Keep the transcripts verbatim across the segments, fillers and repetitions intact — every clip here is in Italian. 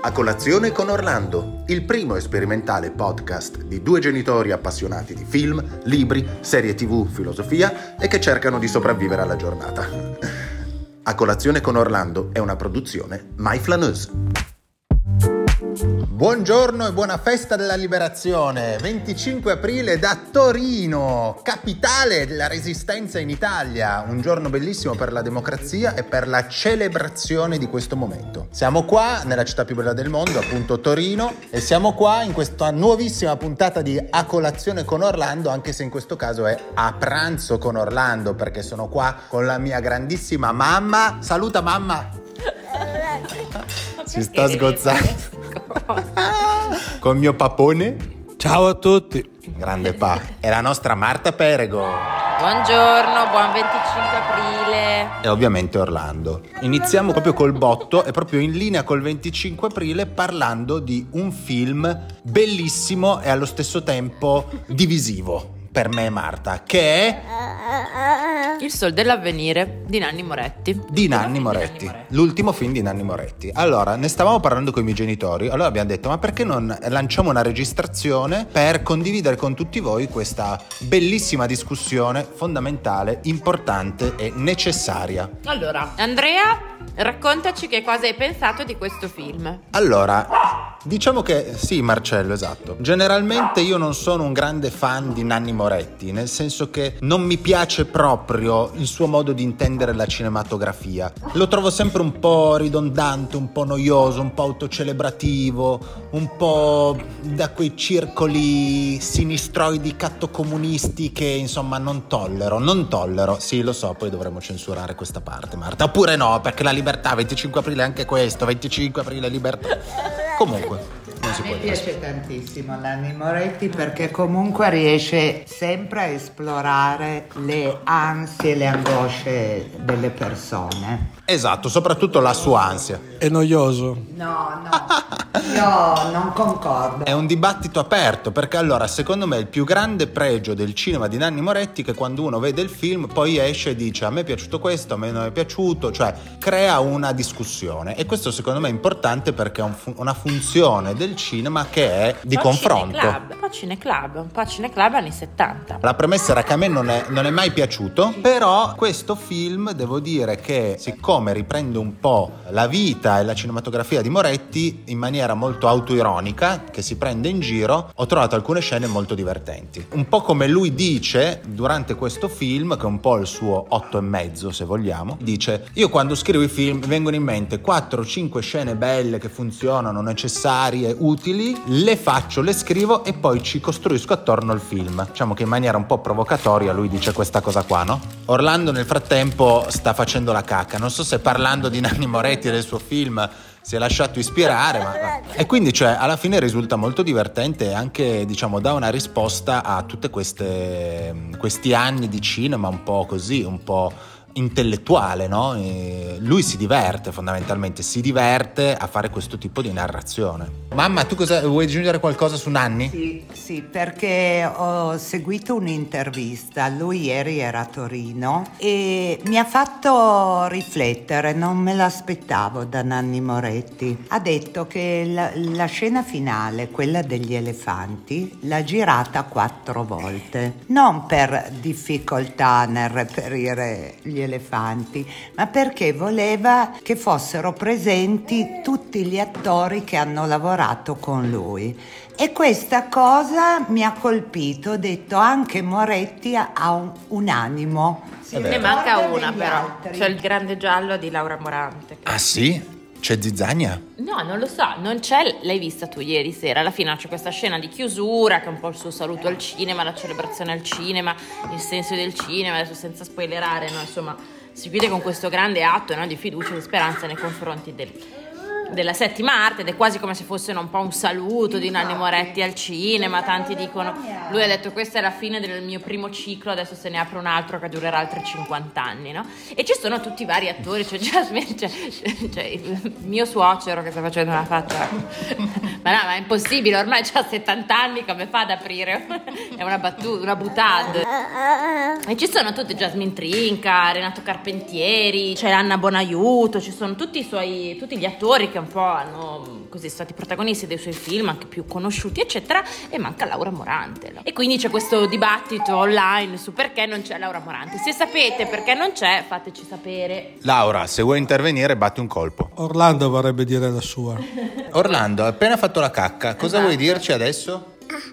A colazione con Orlando, il primo e sperimentale podcast di due genitori appassionati di film, libri, serie tv, filosofia e che cercano di sopravvivere alla giornata. A colazione con Orlando è una produzione My Flaneuse. Buongiorno e buona festa della liberazione, venticinque aprile da Torino, capitale della resistenza in Italia, un giorno bellissimo per la democrazia e per la celebrazione di questo momento. Siamo qua nella città più bella del mondo, appunto Torino, e siamo qua in questa nuovissima puntata di A colazione con Orlando, anche se in questo caso è a pranzo con Orlando, perché sono qua con la mia grandissima mamma. Saluta mamma! Si sta sgozzando. Con mio papone. Ciao a tutti. Grande pa. E la nostra Marta Perego. Buongiorno, buon venticinque aprile. E ovviamente Orlando. Iniziamo proprio col botto e proprio in linea col venticinque aprile parlando di un film bellissimo e allo stesso tempo divisivo per me e Marta, che è Il Sol dell'Avvenire di Nanni Moretti. Di Nanni Moretti, di Nanni Moretti, l'ultimo film di Nanni Moretti. Allora, ne stavamo parlando con i miei genitori, allora abbiamo detto, ma perché non lanciamo una registrazione per condividere con tutti voi questa bellissima discussione fondamentale, importante e necessaria. Allora, Andrea, raccontaci che cosa hai pensato di questo film. Allora, diciamo che sì, Marcello, esatto. Generalmente io non sono un grande fan di Nanni Moretti, nel senso che non mi piace proprio il suo modo di intendere la cinematografia. Lo trovo sempre un po' ridondante, un po' noioso, un po' autocelebrativo, un po' da quei circoli sinistroidi cattocomunisti che insomma non tollero, non tollero. Sì, lo so, poi dovremmo censurare questa parte, Marta. Oppure no, perché la libertà, venticinque aprile è anche questo, venticinque aprile libertà. Comunque, non si mi può piace dire. tantissimo Nanni Moretti perché comunque riesce sempre a esplorare le ansie e le angosce delle persone. Esatto, soprattutto la sua ansia. È noioso. No, no, io non concordo. È un dibattito aperto, perché allora secondo me il più grande pregio del cinema di Nanni Moretti è che quando uno vede il film poi esce e dice a me è piaciuto questo, a me non è piaciuto, cioè crea una discussione, e questo secondo me è importante perché è un fu- una funzione del cinema che è di Un po' confronto. Cineclub, un po' cineclub, un po' cineclub anni settanta. La premessa era che a me non è, non è mai piaciuto, però questo film devo dire che siccome riprende un po' la vita e la cinematografia di Moretti in maniera molto autoironica, che si prende in giro, ho trovato alcune scene molto divertenti. Un po' come lui dice durante questo film, che è un po' il suo otto e mezzo se vogliamo, dice io quando scrivo i film mi vengono in mente quattro o cinque scene belle che funzionano, necessarie, utili, le faccio, le scrivo e poi ci costruisco attorno al film. Diciamo che in maniera un po' provocatoria lui dice questa cosa qua, no? Orlando nel frattempo sta facendo la cacca, non so se parlando di Nanni Moretti e del suo film si è lasciato ispirare, ma... e quindi cioè alla fine risulta molto divertente e anche diciamo dà una risposta a tutte queste questi anni di cinema un po' così, un po' intellettuale, no? E lui si diverte fondamentalmente, si diverte a fare questo tipo di narrazione. Mamma, tu cosa vuoi aggiungere qualcosa su Nanni? Sì, sì, perché ho seguito un'intervista, lui ieri era a Torino e mi ha fatto riflettere, non me l'aspettavo da Nanni Moretti. Ha detto che la, la scena finale, quella degli elefanti, l'ha girata quattro volte, non per difficoltà nel reperire gli elefanti, ma perché voleva che fossero presenti tutti gli attori che hanno lavorato con lui. E questa cosa mi ha colpito, ho detto anche Moretti ha un, un animo. Si Ne manca ricorda una degli però, altri. c'è il grande giallo di Laura Morante. Ah sì? C'è Zizzania? No, non lo so, non c'è, l'hai vista tu ieri sera, alla fine c'è questa scena di chiusura che è un po' il suo saluto al cinema, la celebrazione al cinema, il senso del cinema, adesso senza spoilerare, no? Insomma, si chiude con questo grande atto, no? Di fiducia e di speranza nei confronti del... della settima arte, ed è quasi come se fosse un po' un saluto di Nanni Moretti al cinema. Tanti dicono, lui ha detto questa è la fine del mio primo ciclo, adesso se ne apre un altro che durerà altri cinquanta anni, no? E ci sono tutti i vari attori, c'è Jasmine, c'è, c'è il mio suocero che sta facendo una faccia ma no, ma è impossibile, ormai c'ha settanta anni, come fa ad aprire? È una battuta, una boutade. E ci sono tutti, Jasmine Trinca, Renato Carpentieri, c'è Anna Bonaiuto, ci sono tutti i suoi, tutti gli attori che un po' hanno così stati protagonisti dei suoi film anche più conosciuti eccetera, e manca Laura Morante, no? E quindi c'è questo dibattito online su perché non c'è Laura Morante. Se sapete perché non c'è, fateci sapere. Laura, se vuoi intervenire batti un colpo. Orlando vorrebbe dire la sua. Orlando, hai appena fatto la cacca, cosa Esatto. vuoi dirci adesso?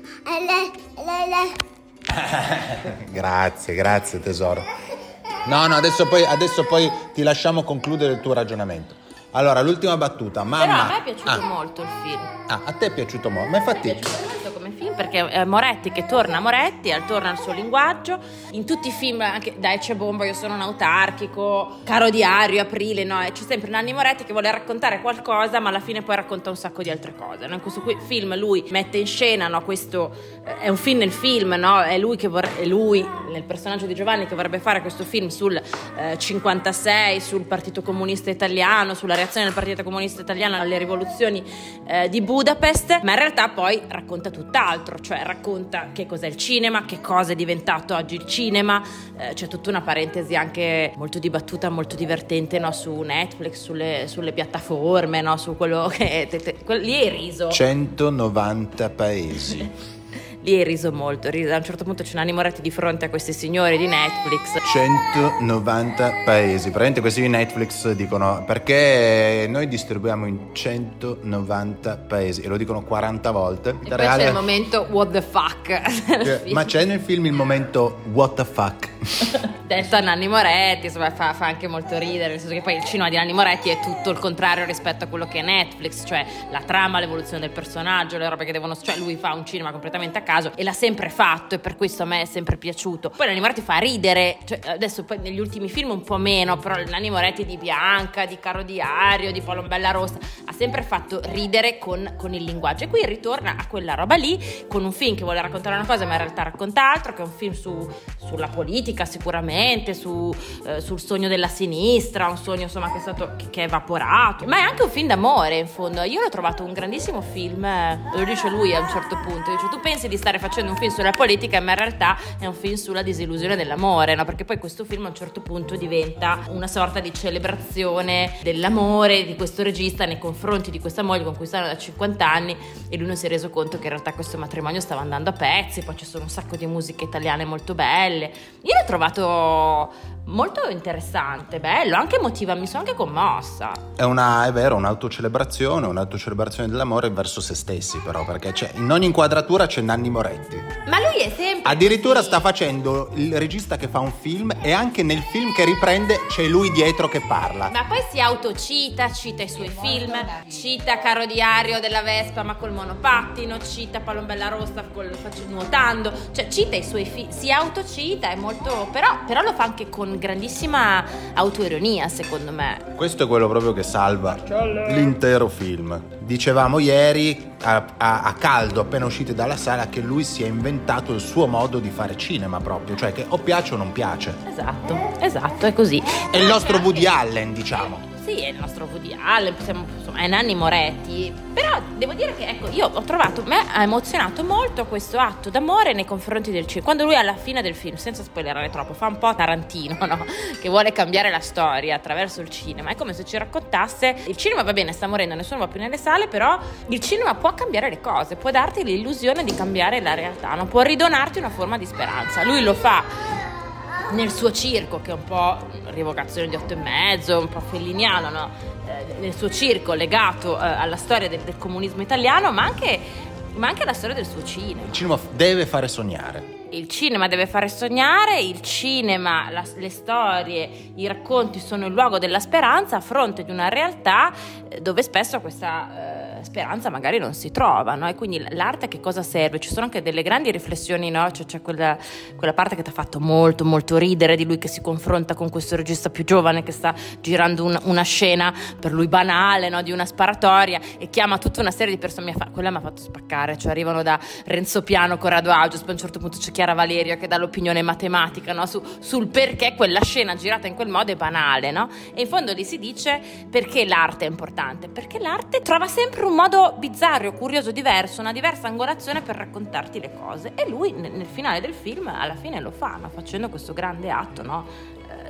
Grazie, grazie tesoro. No, no, adesso poi, adesso poi ti lasciamo concludere il tuo ragionamento. Allora, l'ultima battuta, mamma. Però a me è piaciuto ah. molto il film. Ah, a te è piaciuto molto, ma infatti Mi è piaciuto molto come film perché è Moretti che torna a Moretti, torna al suo linguaggio. In tutti i film, anche da Ecce Bomba, Io sono un autarchico, Caro Diario, Aprile, no? C'è sempre Nanni Moretti che vuole raccontare qualcosa, ma alla fine poi racconta un sacco di altre cose, no? In questo qui, film lui mette in scena, no? Questo eh, è un film nel film, no? È lui che vorre- è lui nel personaggio di Giovanni che vorrebbe fare questo film sul eh, cinquantasei, sul Partito Comunista Italiano, sulla reazione del Partito Comunista Italiano alle rivoluzioni eh, di Budapest, ma in realtà poi racconta tutt'altro, cioè racconta che cos'è il cinema, che cosa è diventato oggi il cinema, eh, c'è tutta una parentesi anche molto dibattuta, molto divertente, no? Su Netflix, sulle, sulle piattaforme, no? Su quello che te, te, quel, lì hai riso centonovanta paesi. Lì hai riso molto, riso. A un certo punto c'è Nanni Moretti di fronte a questi signori di Netflix. centonovanta paesi. Praticamente questi di Netflix dicono perché noi distribuiamo in centonovanta paesi e lo dicono quaranta volte. E poi c'è il momento what the fuck. Ma c'è nel film il momento what the fuck. Detto a Nanni Moretti, insomma, fa, fa anche molto ridere, nel senso che poi il cinema di Nanni Moretti è tutto il contrario rispetto a quello che è Netflix, cioè la trama, l'evoluzione del personaggio, le robe che devono, cioè lui fa un cinema completamente a caso e l'ha sempre fatto e per questo a me è sempre piaciuto. Poi Nanni Moretti fa ridere, cioè adesso poi negli ultimi film un po' meno, però Nanni Moretti di Bianca, di Caro Diario, di Palombella Rossa ha sempre fatto ridere con, con il linguaggio, e qui ritorna a quella roba lì con un film che vuole raccontare una cosa ma in realtà racconta altro, che è un film su, sulla politica sicuramente, su, eh, sul sogno della sinistra, un sogno insomma che è stato che, che è evaporato, ma è anche un film d'amore in fondo. Io l'ho trovato un grandissimo film, eh, lo dice lui a un certo punto, dice tu pensi di stare facendo un film sulla politica ma in realtà è un film sulla disillusione dell'amore, no? Perché poi questo film a un certo punto diventa una sorta di celebrazione dell'amore di questo regista nei confronti di questa moglie con cui stanno da cinquanta anni, e lui non si è reso conto che in realtà questo matrimonio stava andando a pezzi. Poi ci sono un sacco di musiche italiane molto belle. Io l'ho trovato molto interessante, bello, anche emotiva, mi sono anche commossa. È una, è vero, un'autocelebrazione, un'autocelebrazione dell'amore verso se stessi, però, perché c'è, in ogni inquadratura c'è Nanni Moretti. Ma lui è sempre addirittura così. sta facendo il regista che fa un film e anche nel film che riprende c'è lui dietro che parla. Ma poi si autocita, cita i suoi film, cita Caro Diario della Vespa ma col monopattino, cita Palombella Rossa col, nuotando, cioè cita i suoi film, si autocita, è molto, però, però lo fa anche con grandissima autoironia secondo me. Questo è quello proprio che salva l'intero film. Dicevamo ieri a, a, a caldo appena usciti dalla sala che lui si è inventato il suo modo di fare cinema proprio, cioè che o piace o non piace. Esatto, esatto, è così. È il nostro Woody Allen, diciamo. Sì, è il nostro Woody Allen, siamo, insomma, è Nanni Moretti. Però devo dire che, ecco, io ho trovato, me ha emozionato molto questo atto d'amore nei confronti del cinema. Quando lui alla fine del film, senza spoilerare troppo, fa un po' Tarantino, no? Che vuole cambiare la storia attraverso il cinema. È come se ci raccontasse, il cinema va bene, sta morendo, nessuno va più nelle sale, però il cinema può cambiare le cose, può darti l'illusione di cambiare la realtà, no? Può ridonarti una forma di speranza. Lui lo fa nel suo circo, che è un po' Rievocazione di otto e mezzo, un po' felliniano, no? Eh, nel suo circo legato eh, alla storia del, del comunismo italiano, ma anche, ma anche alla storia del suo cinema. Il cinema deve fare sognare. Il cinema deve fare sognare, il cinema, la, le storie, i racconti sono il luogo della speranza a fronte di una realtà eh, dove spesso questa eh, speranza magari non si trova, no? E quindi l'arte a che cosa serve? Ci sono anche delle grandi riflessioni, no? Cioè, c'è quella, quella parte che ti ha fatto molto molto ridere, di lui che si confronta con questo regista più giovane che sta girando un, una scena per lui banale, no? Di una sparatoria, e chiama tutta una serie di persone. Fa- quella mi ha fatto spaccare, cioè arrivano da Renzo Piano, Corrado Augias, poi a un certo punto c'è Chiara Valerio che dà l'opinione matematica, no? Su, sul perché quella scena girata in quel modo è banale, no? E in fondo lì si dice perché l'arte è importante, perché l'arte trova sempre un modo bizzarro, curioso, diverso, una diversa angolazione per raccontarti le cose, e lui nel, nel finale del film alla fine lo fa, no? Facendo questo grande atto, no?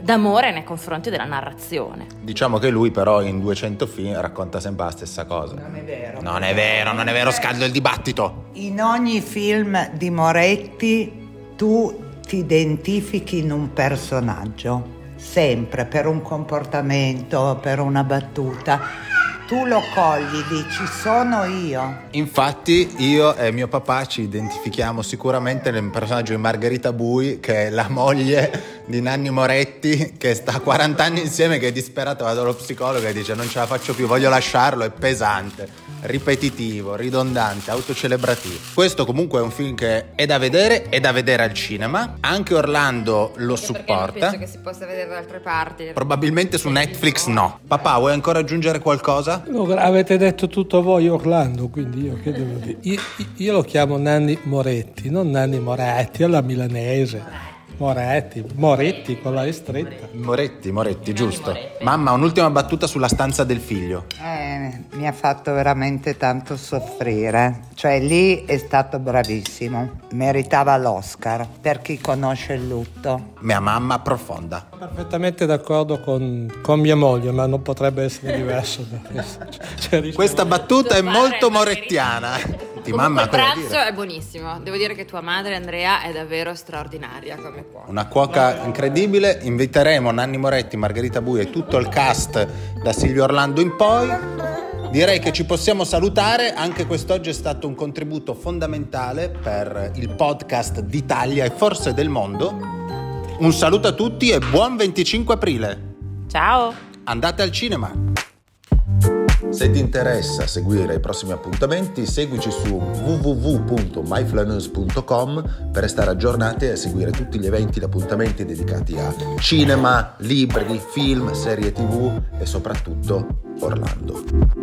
d'amore nei confronti della narrazione. Diciamo che lui però in duecento film racconta sempre la stessa cosa. Non è vero. Non è vero, non è vero, scaldo il dibattito. In ogni film di Moretti tu ti identifichi in un personaggio, sempre, per un comportamento, per una battuta. Tu lo cogli, dici sono io. Infatti io e mio papà ci identifichiamo sicuramente nel personaggio di Margherita Bui, che è la moglie di Nanni Moretti, che sta quaranta anni insieme, che è disperata, va dallo psicologo e dice non ce la faccio più, voglio lasciarlo, è pesante, ripetitivo, ridondante, autocelebrativo. Questo comunque è un film che è da vedere, è da vedere al cinema. Anche Orlando lo Anche supporta. perché non penso che si possa vedere da altre parti. Probabilmente su Netflix no. Papà, vuoi ancora aggiungere qualcosa? Allora, avete detto tutto voi Orlando, quindi io che devo dire? Io, io lo chiamo Nanni Moretti, non Nanni Moretti, alla milanese. Moretti, Moretti con la E stretta. Moretti, Moretti, giusto. Moretti. Mamma, un'ultima battuta sulla stanza del figlio. Eh, mi ha fatto veramente tanto soffrire. Cioè lì è stato bravissimo. Meritava l'Oscar per chi conosce il lutto. Mia mamma profonda. Perfettamente d'accordo con, con mia moglie, ma non potrebbe essere diverso da questo. Cioè, Questa battuta è molto morettiana. Ti Comunque mamma il cosa pranzo dire? è buonissimo. Devo dire che tua madre Andrea è davvero straordinaria come cuoca. Una cuoca incredibile. Inviteremo Nanni Moretti, Margherita Bui e tutto il cast da Silvio Orlando in poi. Direi che ci possiamo salutare. Anche quest'oggi è stato un contributo fondamentale per il podcast d'Italia e forse del mondo. Un saluto a tutti e buon venticinque aprile. Ciao! Andate al cinema. Se ti interessa seguire i prossimi appuntamenti, seguici su w w w punto my flaneuse punto com per restare aggiornati e seguire tutti gli eventi e appuntamenti dedicati a cinema, libri, film, serie tivù e soprattutto Orlando.